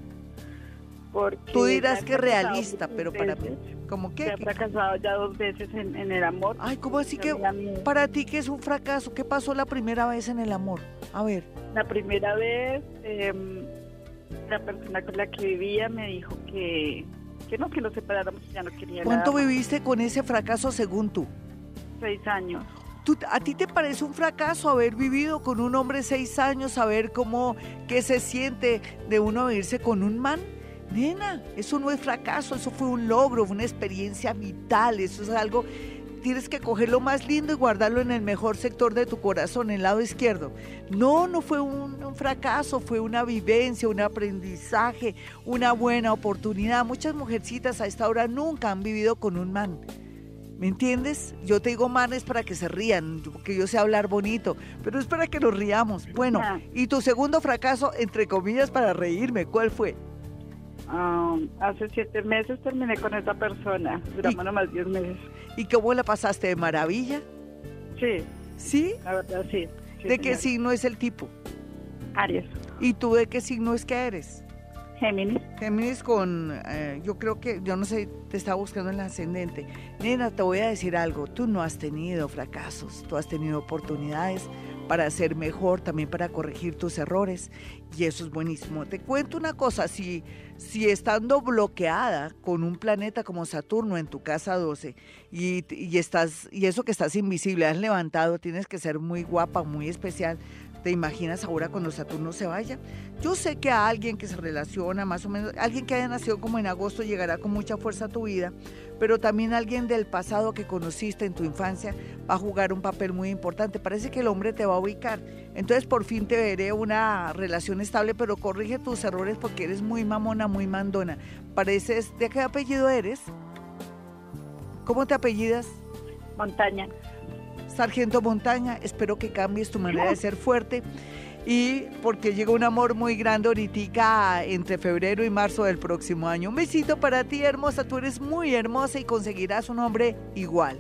Porque Tú dirás ya he que fracasado realista, muchas pero para mí, veces. ¿cómo Ya qué? he fracasado ya dos veces en, en el amor. Ay, ¿cómo así Ya que me da miedo. para ti que es un fracaso? ¿Qué pasó la primera vez en el amor? A ver. La primera vez, eh, la persona con la que vivía me dijo que, que no, que nos separáramos, ya no quería ¿Cuánto nada más. viviste con ese fracaso según tú? Seis años. ¿Tú, ¿A ti te parece un fracaso haber vivido con un hombre seis años, saber cómo, qué se siente de uno vivirse con un man? Nena, eso no es fracaso, eso fue un logro, una experiencia vital, eso es algo, tienes que coger lo más lindo y guardarlo en el mejor sector de tu corazón, en el lado izquierdo. No, no fue un, un fracaso, fue una vivencia, un aprendizaje, una buena oportunidad. Muchas mujercitas a esta hora nunca han vivido con un man. ¿Me entiendes? Yo te digo manes para que se rían, porque yo sé hablar bonito, pero es para que nos riamos. Bueno, y tu segundo fracaso, entre comillas, para reírme, ¿cuál fue? Um, hace siete meses terminé con esa persona, duramos ¿Y? nomás diez meses. ¿Y cómo la pasaste? ¿De maravilla? Sí, ¿Sí? la verdad sí. sí ¿De qué señora. signo es el tipo? Aries, ¿Y tú de qué signo es que eres? Géminis. Géminis con, eh, yo creo que, yo no sé, te estaba buscando en el ascendente. Nena, te voy a decir algo, tú no has tenido fracasos, tú has tenido oportunidades para ser mejor, también para corregir tus errores, y eso es buenísimo. Te cuento una cosa, si, si estando bloqueada con un planeta como Saturno en tu casa doce, y, y, estás, y eso que estás invisible, has levantado, tienes que ser muy guapa, muy especial, ¿Te imaginas ahora cuando Saturno se vaya? Yo sé que a alguien que se relaciona más o menos, alguien que haya nacido como en agosto llegará con mucha fuerza a tu vida, pero también alguien del pasado que conociste en tu infancia va a jugar un papel muy importante. Parece que el hombre te va a ubicar. Entonces por fin te veré una relación estable, pero corrige tus errores porque eres muy mamona, muy mandona. Pareces, ¿de qué apellido eres? ¿Cómo te apellidas? Montaña. Sargento Montaña, espero que cambies tu manera de ser fuerte y porque llega un amor muy grande ahorita entre febrero y marzo del próximo año. Un besito para ti, hermosa, tú eres muy hermosa y conseguirás un hombre igual.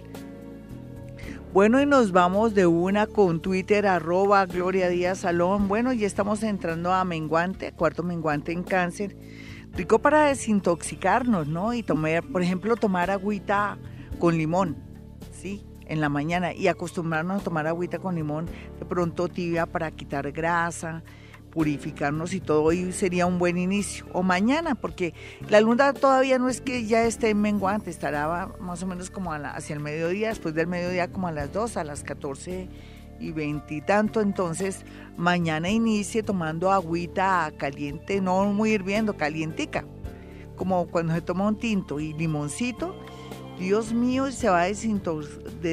Bueno, y nos vamos de una con Twitter, arroba Gloria Díaz Salón. Bueno, ya estamos entrando a menguante, cuarto menguante en Cáncer. Rico para desintoxicarnos, ¿no? Y tomar, por ejemplo, tomar agüita con limón, ¿sí? En la mañana y acostumbrarnos a tomar agüita con limón de pronto tibia para quitar grasa, purificarnos y todo, y sería un buen inicio. O mañana, porque la luna todavía no es que ya esté en menguante, estará más o menos como a la, hacia el mediodía, después del mediodía como a las dos, a las catorce y veinte y tanto. Entonces mañana inicie tomando agüita caliente, no muy hirviendo, calientica, como cuando se toma un tinto y limoncito. Dios mío, se va a desintox-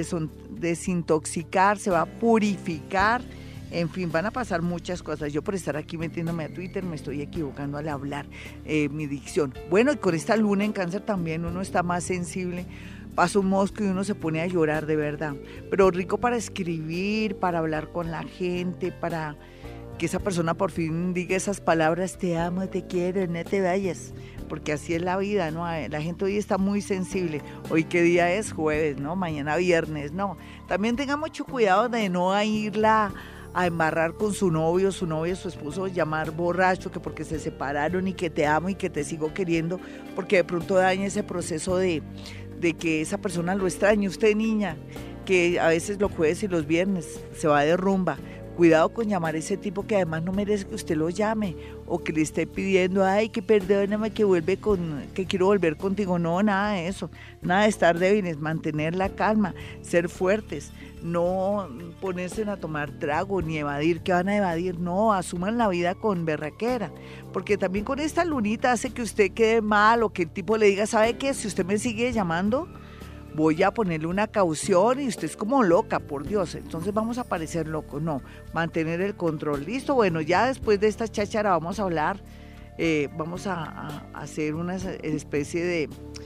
desintoxicar, se va a purificar, en fin, van a pasar muchas cosas. Yo por estar aquí metiéndome a Twitter me estoy equivocando al hablar, eh, mi dicción. Bueno, y con esta luna en Cáncer también uno está más sensible, pasa un mosco y uno se pone a llorar de verdad, pero rico para escribir, para hablar con la gente, para que esa persona por fin diga esas palabras, te amo, te quiero, no te vayas, porque así es la vida, ¿no? La gente hoy está muy sensible. Hoy qué día es, jueves, ¿no? Mañana viernes, no. También tenga mucho cuidado de no irla a embarrar con su novio, su novio, su esposo, llamar borracho, que porque se separaron y que te amo y que te sigo queriendo, porque de pronto daña ese proceso de, de que esa persona lo extrañe. Usted, niña, que a veces los jueves y los viernes se va de rumba, cuidado con llamar a ese tipo que además no merece que usted lo llame o que le esté pidiendo, ay, que perdóname, que vuelve con, que quiero volver contigo. No, nada de eso, nada de estar débiles, mantener la calma, ser fuertes, no ponerse a tomar trago ni evadir. ¿Qué van a evadir? No, asuman la vida con berraquera, porque también con esta lunita hace que usted quede mal o que el tipo le diga, ¿sabe qué? Si usted me sigue llamando, voy a ponerle una caución y usted es como loca, por Dios, entonces vamos a parecer locos. No, mantener el control. Listo, bueno, ya después de esta cháchara vamos a hablar, eh, vamos a, a hacer una especie de...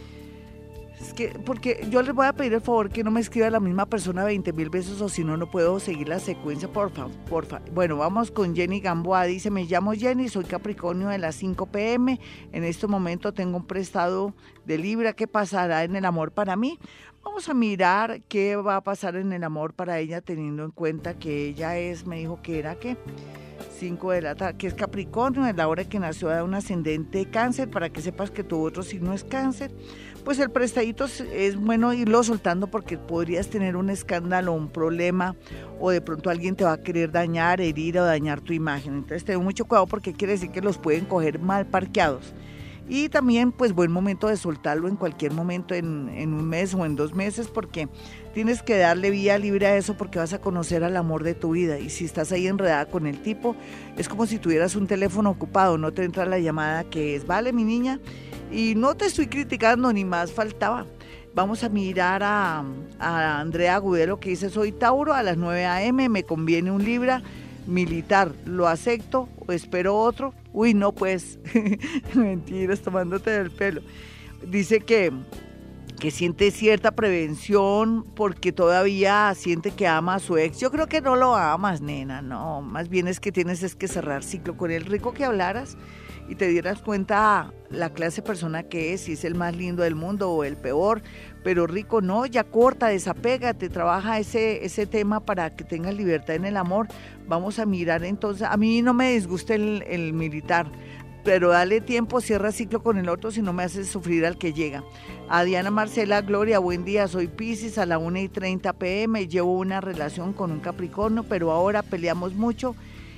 Es que, porque yo les voy a pedir el favor que no me escriba la misma persona veinte mil veces o si no, no puedo seguir la secuencia, por favor, porfa. Bueno, vamos con Jenny Gamboa, dice, me llamo Jenny, soy Capricornio de las cinco pe eme, en este momento tengo un prestado de Libra, ¿qué pasará en el amor para mí? Vamos a mirar qué va a pasar en el amor para ella, teniendo en cuenta que ella es, me dijo que era, ¿qué? cinco de la tarde, que es Capricornio, es la hora que nació de un ascendente Cáncer, para que sepas que tu otro signo es Cáncer. Pues el prestadito es bueno irlo soltando porque podrías tener un escándalo, un problema, o de pronto alguien te va a querer dañar, herir o dañar tu imagen. Entonces ten mucho cuidado porque quiere decir que los pueden coger mal parqueados. Y también pues buen momento de soltarlo en cualquier momento, en, en un mes o en dos meses, porque tienes que darle vía libre a eso porque vas a conocer al amor de tu vida. Y si estás ahí enredada con el tipo, es como si tuvieras un teléfono ocupado, no te entra la llamada que es, vale mi niña, y no te estoy criticando, ni más faltaba. Vamos a mirar a, a Andrea Agudelo que dice, soy Tauro, a las nueve a eme me conviene un Libra militar, ¿lo acepto o espero otro? Uy, no pues, mentiras, tomándote del pelo. Dice que, que siente cierta prevención porque todavía siente que ama a su ex. Yo creo que no lo amas, nena, no, más bien es que tienes es que cerrar ciclo con él. Rico que hablaras y te dieras cuenta la clase de persona que es, si es el más lindo del mundo o el peor, pero rico no, ya corta, desapégate, trabaja ese, ese tema para que tengas libertad en el amor. Vamos a mirar entonces, a mí no me disgusta el, el militar, pero dale tiempo, cierra ciclo con el otro si no me haces sufrir al que llega. A Diana Marcela, Gloria, buen día, soy Piscis, a la una y treinta pe eme, llevo una relación con un Capricornio, pero ahora peleamos mucho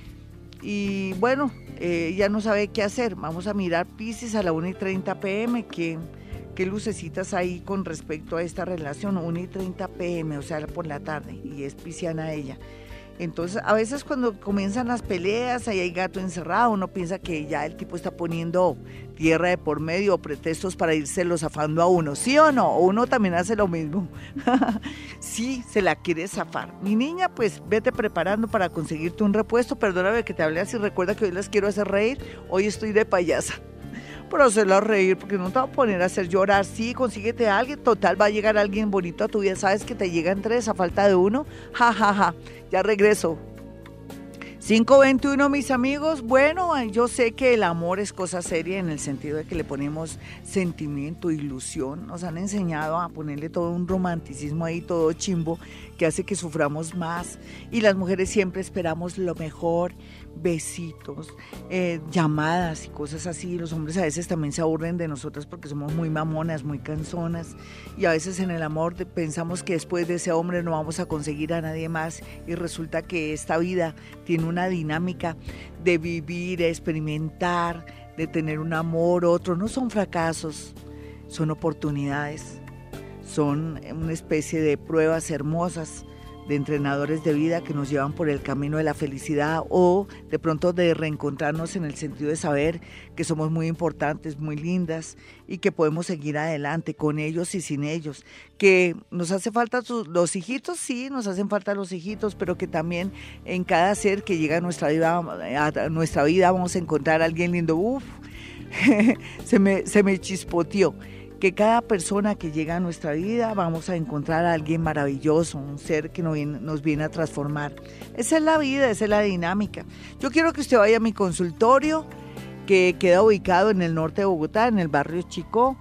y bueno, eh, ya no sabe qué hacer. Vamos a mirar Piscis a la una y treinta pe eme, qué, qué lucecitas hay con respecto a esta relación, una y treinta pe eme, o sea, por la tarde, y es pisciana ella. Entonces, a veces cuando comienzan las peleas, ahí hay gato encerrado, uno piensa que ya el tipo está poniendo tierra de por medio o pretextos para irse los zafando a uno, ¿sí o no? O uno también hace lo mismo. Sí, se la quiere zafar. Mi niña, pues vete preparando para conseguirte un repuesto. Perdóname que te hable así, recuerda que hoy las quiero hacer reír, hoy estoy de payasa. Pero hacerla reír, porque no te va a poner a hacer llorar. Sí, consíguete a alguien, total, va a llegar alguien bonito a tu vida. ¿Sabes que te llegan tres a falta de uno? Ja, ja, ja, ya regreso. cinco veintiuno, mis amigos. Bueno, yo sé que el amor es cosa seria en el sentido de que le ponemos sentimiento, ilusión. Nos han enseñado a ponerle todo un romanticismo ahí, todo chimbo, que hace que suframos más. Y las mujeres siempre esperamos lo mejor, besitos, eh, llamadas y cosas así. Los hombres a veces también se aburren de nosotras porque somos muy mamonas, muy canzonas, y a veces en el amor pensamos que después de ese hombre no vamos a conseguir a nadie más, y resulta que esta vida tiene una dinámica de vivir, de experimentar, de tener un amor, otro. No son fracasos, son oportunidades, son una especie de pruebas hermosas, de entrenadores de vida que nos llevan por el camino de la felicidad, o de pronto de reencontrarnos en el sentido de saber que somos muy importantes, muy lindas, y que podemos seguir adelante con ellos y sin ellos. Que nos hace falta los hijitos, sí, nos hacen falta los hijitos, pero que también en cada ser que llega a nuestra vida, a nuestra vida vamos a encontrar a alguien lindo. Uf, se me, se me chispoteó. Que cada persona que llega a nuestra vida vamos a encontrar a alguien maravilloso, un ser que nos viene, nos viene a transformar. Esa es la vida, esa es la dinámica. Yo quiero que usted vaya a mi consultorio, que queda ubicado en el norte de Bogotá, en el barrio Chicó.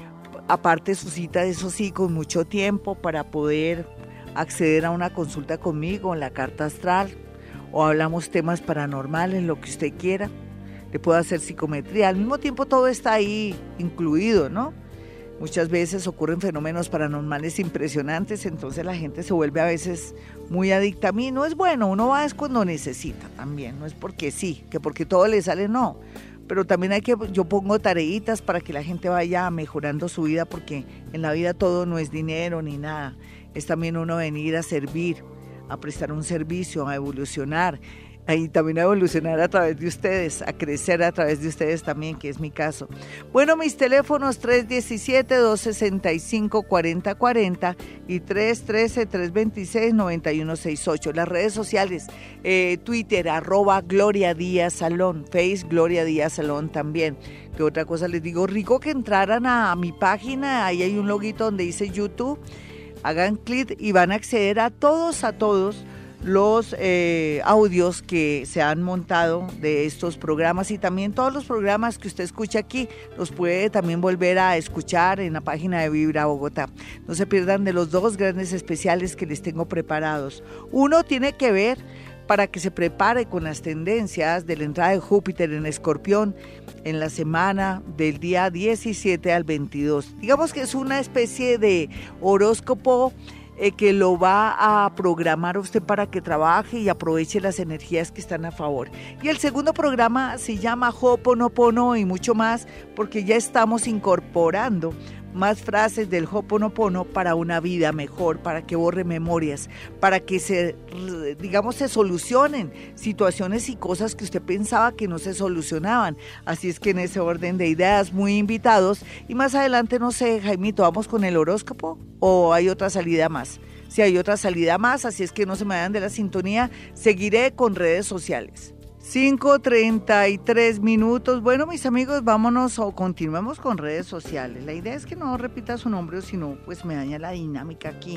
Aparte su cita, eso sí, con mucho tiempo para poder acceder a una consulta conmigo, en la carta astral, o hablamos temas paranormales, lo que usted quiera. Le puedo hacer psicometría. Al mismo tiempo todo está ahí incluido, ¿no? Muchas veces ocurren fenómenos paranormales impresionantes, entonces la gente se vuelve a veces muy adicta a mí. No es bueno, uno va es cuando necesita también, no es porque sí, que porque todo le sale, no. Pero también hay que, yo pongo tareitas para que la gente vaya mejorando su vida, porque en la vida todo no es dinero ni nada. Es también uno venir a servir, a prestar un servicio, a evolucionar. Ahí también a evolucionar a través de ustedes, a crecer a través de ustedes también, que es mi caso. Bueno, mis teléfonos tres uno siete, dos seis cinco, cuatro cero cuatro cero y tres uno tres, tres dos seis, nueve uno seis ocho. Las redes sociales, eh, Twitter, arroba Gloria Díaz Salón, Face Gloria Díaz Salón también. ¿Qué otra cosa les digo? Rico que entraran a, a mi página, ahí hay un loguito donde dice YouTube, hagan clic y van a acceder a todos, a todos, los eh, audios que se han montado de estos programas, y también todos los programas que usted escucha aquí los puede también volver a escuchar en la página de Vibra Bogotá. No se pierdan de los dos grandes especiales que les tengo preparados. Uno tiene que ver para que se prepare con las tendencias de la entrada de Júpiter en Escorpión en la semana del día diecisiete al veintidós. Digamos que es una especie de horóscopo Eh, que lo va a programar usted para que trabaje y aproveche las energías que están a favor. Y el segundo programa se llama Ho'oponopono y mucho más, porque ya estamos incorporando más frases del Ho'oponopono para una vida mejor, para que borre memorias, para que se, digamos, se solucionen situaciones y cosas que usted pensaba que no se solucionaban. Así es que en ese orden de ideas, muy invitados. Y más adelante, no sé, Jaimito, ¿vamos con el horóscopo o hay otra salida más? Si hay otra salida más, así es que no se me vayan de la sintonía. Seguiré con redes sociales. cinco treinta y tres minutos. Bueno, mis amigos, vámonos o continuemos con redes sociales. La idea es que no repita su nombre, sino pues me daña la dinámica aquí.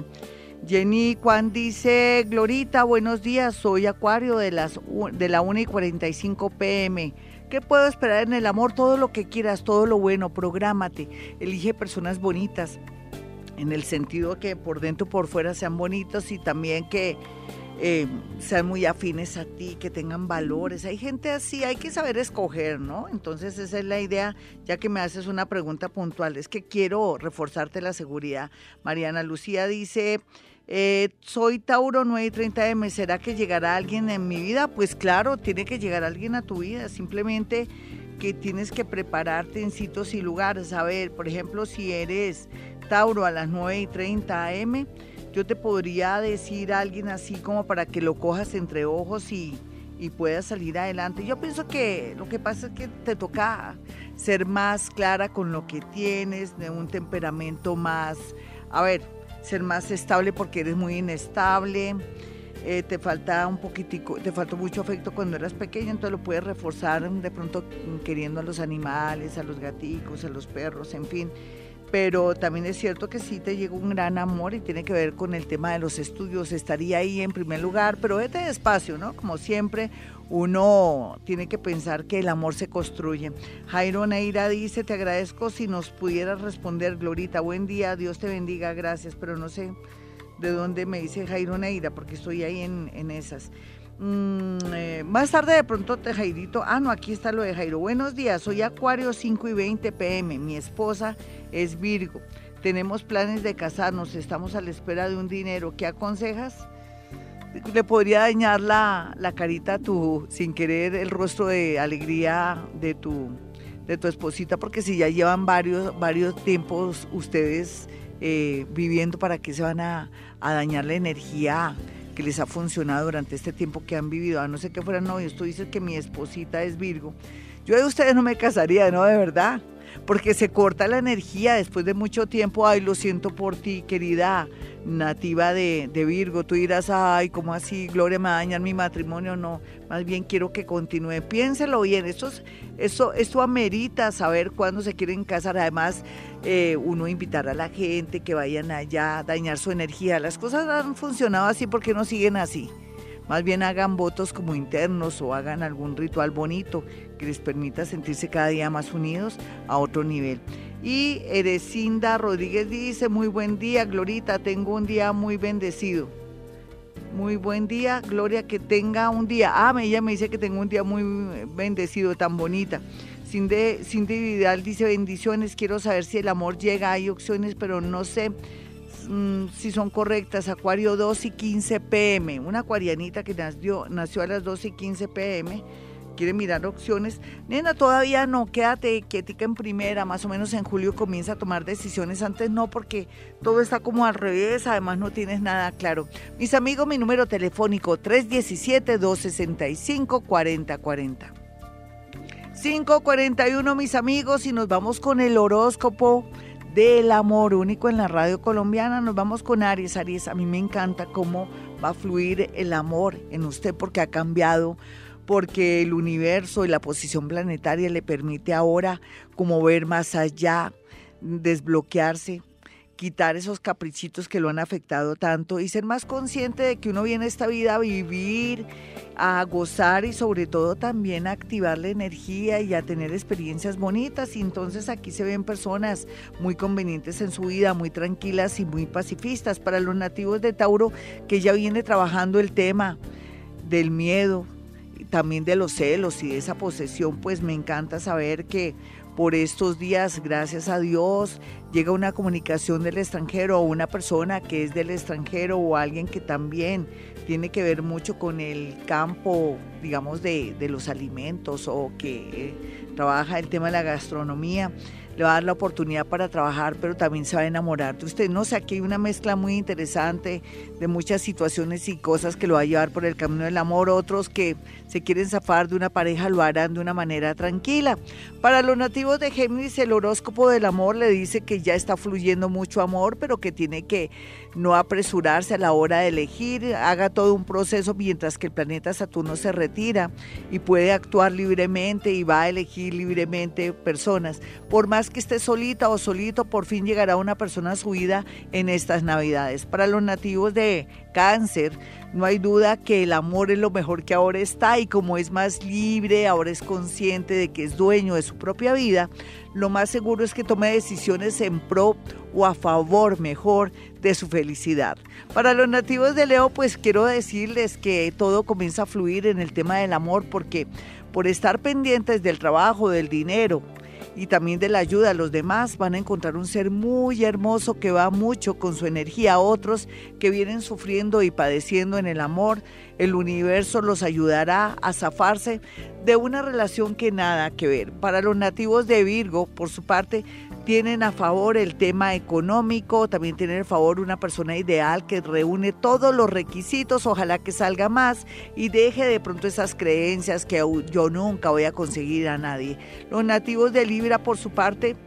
Jenny Juan dice: Glorita, buenos días, soy Acuario de las de la una y cuarenta y cinco pm. ¿Qué puedo esperar en el amor? Todo lo que quieras, todo lo bueno, prográmate, elige personas bonitas, en el sentido que por dentro y por fuera sean bonitos, y también que Eh, sean muy afines a ti, que tengan valores. Hay gente así, hay que saber escoger, ¿no? Entonces esa es la idea, ya que me haces una pregunta puntual, es que quiero reforzarte la seguridad. Mariana Lucía dice: eh, soy Tauro nueve y treinta eme, ¿será que llegará alguien en mi vida? Pues claro, tiene que llegar alguien a tu vida, simplemente que tienes que prepararte en sitios y lugares. A ver, por ejemplo, si eres Tauro a las nueve y treinta eme, yo te podría decir a alguien así como para que lo cojas entre ojos y, y puedas salir adelante. Yo pienso que lo que pasa es que te toca ser más clara con lo que tienes, de un temperamento más, a ver, ser más estable porque eres muy inestable. Eh, te falta un poquitico, te faltó mucho afecto cuando eras pequeño, entonces lo puedes reforzar de pronto queriendo a los animales, a los gaticos, a los perros, en fin. Pero también es cierto que sí te llegó un gran amor y tiene que ver con el tema de los estudios, estaría ahí en primer lugar, pero vete despacio, ¿no? Como siempre, uno tiene que pensar que el amor se construye. Jairo Neira dice, te agradezco si nos pudieras responder, Glorita, buen día, Dios te bendiga, gracias, pero no sé de dónde me dice Jairo Neira, porque estoy ahí en, en esas. Mm, eh, más tarde de pronto te Jairito, ah no, aquí está lo de Jairo. Buenos días, soy Acuario cinco y veinte pe eme, mi esposa es Virgo, tenemos planes de casarnos, estamos a la espera de un dinero, ¿qué aconsejas? Le podría dañar la, la carita a tu, sin querer, el rostro de alegría de tu, de tu esposita, porque si ya llevan varios, varios tiempos ustedes eh, viviendo, ¿para qué se van a, a dañar la energía que les ha funcionado durante este tiempo que han vivido? A no ser que fueran novios. Tú dices que mi esposita es Virgo. Yo de ustedes no me casaría, ¿no? De verdad. Porque se corta la energía después de mucho tiempo. Ay, lo siento por ti, querida nativa de, de Virgo. Tú dirás, ay, ¿cómo así, Gloria, me va a dañar mi matrimonio? No, más bien quiero que continúe. Piénselo bien, esto, es, esto, esto amerita saber cuándo se quieren casar. Además, eh, uno invitar a la gente que vayan allá, dañar su energía. Las cosas han funcionado así, ¿por qué no siguen así? Más bien hagan votos como internos o hagan algún ritual bonito que les permita sentirse cada día más unidos a otro nivel. Y Erecinda Rodríguez dice, muy buen día, Glorita, tengo un día muy bendecido. Muy buen día, Gloria, que tenga un día. Ah, ella me dice que tengo un día muy bendecido, tan bonita. Cindy, Cindy Vidal dice, bendiciones, quiero saber si el amor llega, hay opciones, pero no sé si son correctas. Acuario dos y quince pe eme, una acuarianita que nació, nació a las dos y quince pe eme, quiere mirar opciones. Nena, todavía no, quédate quietica en primera, más o menos en julio comienza a tomar decisiones, antes no, porque todo está como al revés, además no tienes nada claro. Mis amigos, mi número telefónico tres uno siete, dos seis cinco, cuatro cero cuatro cero. cinco cuarenta y uno, mis amigos, y nos vamos con el horóscopo del amor, único en la radio colombiana. Nos vamos con Aries. Aries, a mí me encanta cómo va a fluir el amor en usted, porque ha cambiado, porque el universo y la posición planetaria le permite ahora como ver más allá, desbloquearse, quitar esos caprichitos que lo han afectado tanto y ser más consciente de que uno viene a esta vida a vivir, a gozar y sobre todo también a activar la energía y a tener experiencias bonitas. Y entonces aquí se ven personas muy convenientes en su vida, muy tranquilas y muy pacifistas. Para los nativos de Tauro, que ya viene trabajando el tema del miedo, también de los celos y de esa posesión, pues me encanta saber que por estos días, gracias a Dios, llega una comunicación del extranjero o una persona que es del extranjero o alguien que también tiene que ver mucho con el campo, digamos, de, de los alimentos o que eh, trabaja el tema de la gastronomía. Le va a dar la oportunidad para trabajar, pero también se va a enamorar de usted. No sé, aquí hay una mezcla muy interesante de muchas situaciones y cosas que lo va a llevar por el camino del amor. Otros que se quieren zafar de una pareja lo harán de una manera tranquila. Para los nativos de Géminis, el horóscopo del amor le dice que ya está fluyendo mucho amor, pero que tiene que no apresurarse a la hora de elegir, haga todo un proceso mientras que el planeta Saturno se retira y puede actuar libremente y va a elegir libremente personas. Por más que esté solita o solito, por fin llegará una persona a su vida en estas Navidades. Para los nativos de Cáncer, no hay duda que el amor es lo mejor que ahora está, y como es más libre, ahora es consciente de que es dueño de su propia vida, lo más seguro es que tome decisiones en pro o a favor, mejor, de su felicidad. Para los nativos de Leo, pues quiero decirles que todo comienza a fluir en el tema del amor, porque por estar pendientes del trabajo, del dinero y también de la ayuda a los demás, van a encontrar un ser muy hermoso que va mucho con su energía a otros que vienen sufriendo y padeciendo en el amor. El universo los ayudará a zafarse de una relación que nada que ver. Para los nativos de Virgo, por su parte, Tienen a favor el tema económico, también tienen a favor una persona ideal que reúne todos los requisitos, ojalá que salga más y deje de pronto esas creencias que yo nunca voy a conseguir a nadie. Los nativos de Libra, por su parte,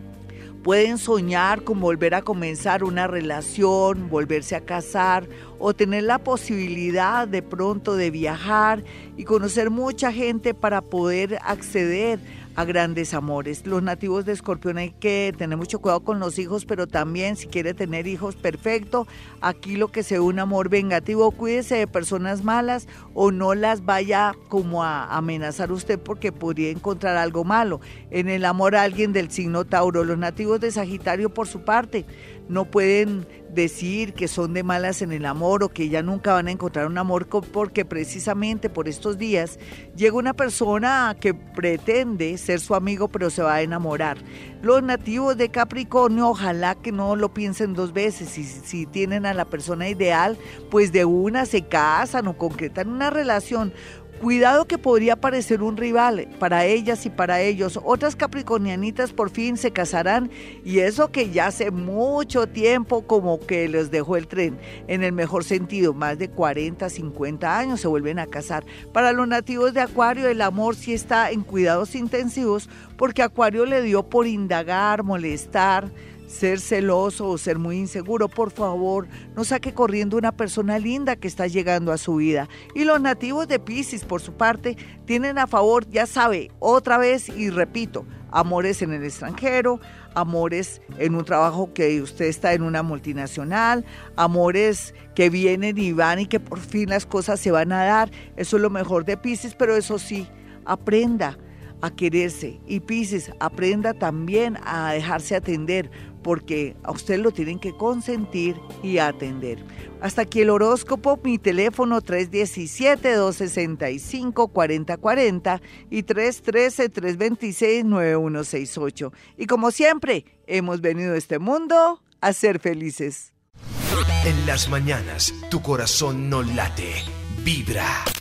pueden soñar con volver a comenzar una relación, volverse a casar o tener la posibilidad de pronto de viajar y conocer mucha gente para poder acceder a grandes amores. Los nativos de Escorpión hay que tener mucho cuidado con los hijos, pero también si quiere tener hijos, perfecto. Aquí lo que se ve un amor vengativo, cuídese de personas malas o no las vaya como a amenazar usted porque podría encontrar algo malo. En el amor a alguien del signo Tauro. Los nativos de Sagitario, por su parte, no pueden decir que son de malas en el amor o que ya nunca van a encontrar un amor porque precisamente por estos días llega una persona que pretende ser su amigo pero se va a enamorar. Los nativos de Capricornio, ojalá que no lo piensen dos veces. Si, si tienen a la persona ideal, pues de una se casan o concretan una relación. Cuidado que podría parecer un rival para ellas y para ellos. Otras capricornianitas por fin se casarán y eso que ya hace mucho tiempo como que les dejó el tren, en el mejor sentido, más de cuarenta, cincuenta años se vuelven a casar. Para los nativos de Acuario el amor sí está en cuidados intensivos porque Acuario le dio por indagar, molestar, ser celoso o ser muy inseguro. Por favor, no saque corriendo una persona linda que está llegando a su vida. Y los nativos de Piscis, por su parte, tienen a favor, ya sabe, otra vez y repito, amores en el extranjero, amores en un trabajo que usted está en una multinacional, amores que vienen y van y que por fin las cosas se van a dar. Eso es lo mejor de Piscis, pero eso sí, aprenda a quererse y Piscis, aprenda también a dejarse atender porque a usted lo tienen que consentir y atender. Hasta aquí el horóscopo, mi teléfono tres uno siete, dos seis cinco, cuatro cero cuatro cero y tres uno tres, tres dos seis, nueve uno seis ocho. Y como siempre, hemos venido a este mundo a ser felices. En las mañanas, tu corazón no late, vibra.